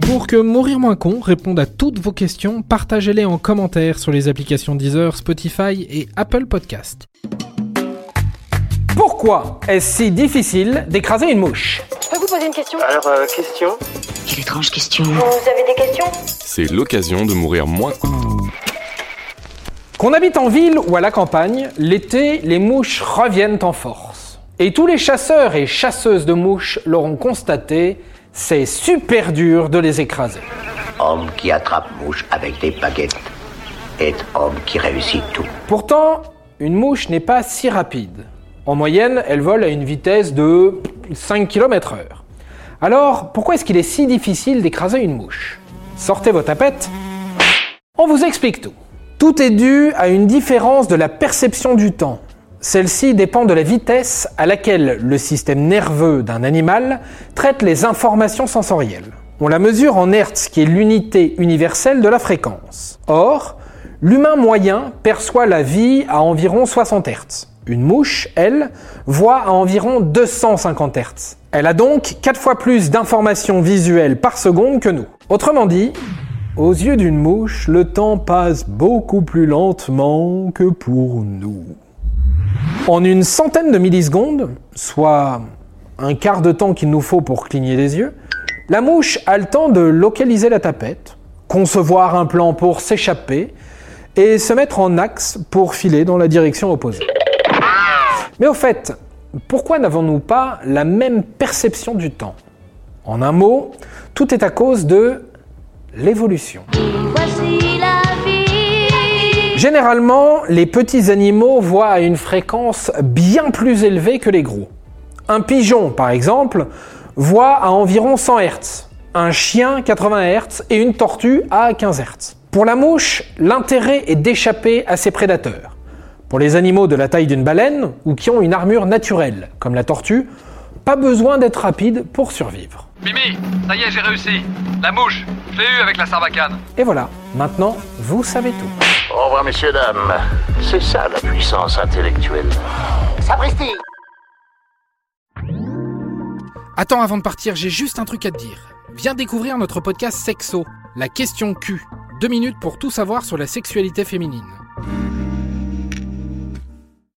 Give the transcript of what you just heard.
Pour que Mourir Moins Con réponde à toutes vos questions, partagez-les en commentaire sur les applications Deezer, Spotify et Apple Podcast. Pourquoi est-ce si difficile d'écraser une mouche ? Je peux vous poser une question ? Alors, question ? Quelle étrange question. Vous avez des questions ? C'est l'occasion de mourir moins con. Qu'on habite en ville ou à la campagne, l'été, les mouches reviennent en force. Et tous les chasseurs et chasseuses de mouches l'auront constaté, c'est super dur de les écraser. Homme qui attrape mouche avec des baguettes est homme qui réussit tout. Pourtant, une mouche n'est pas si rapide. En moyenne, elle vole à une vitesse de 5 km/h. Alors, pourquoi est-ce qu'il est si difficile d'écraser une mouche ? Sortez vos tapettes. On vous explique tout. Tout est dû à une différence de la perception du temps. Celle-ci dépend de la vitesse à laquelle le système nerveux d'un animal traite les informations sensorielles. On la mesure en hertz, qui est l'unité universelle de la fréquence. Or, l'humain moyen perçoit la vie à environ 60 Hz. Une mouche, elle, voit à environ 250 Hz. Elle a donc 4 fois plus d'informations visuelles par seconde que nous. Autrement dit, aux yeux d'une mouche, le temps passe beaucoup plus lentement que pour nous. En une centaine de millisecondes, soit un quart de temps qu'il nous faut pour cligner des yeux, la mouche a le temps de localiser la tapette, concevoir un plan pour s'échapper et se mettre en axe pour filer dans la direction opposée. Mais au fait, pourquoi n'avons-nous pas la même perception du temps ? En un mot, tout est à cause de l'évolution. Généralement, les petits animaux voient à une fréquence bien plus élevée que les gros. Un pigeon, par exemple, voit à environ 100 Hz, un chien 80 Hz et une tortue à 15 Hz. Pour la mouche, l'intérêt est d'échapper à ses prédateurs. Pour les animaux de la taille d'une baleine ou qui ont une armure naturelle, comme la tortue, pas besoin d'être rapide pour survivre. Mimi, ça y est, j'ai réussi. La mouche, je l'ai eu avec la sarbacane. Et voilà, maintenant, vous savez tout. Au revoir, messieurs, dames. C'est ça la puissance intellectuelle. Sapristi ! Attends, avant de partir, j'ai juste un truc à te dire. Viens découvrir notre podcast Sexo, la question Q. 2 minutes pour tout savoir sur la sexualité féminine.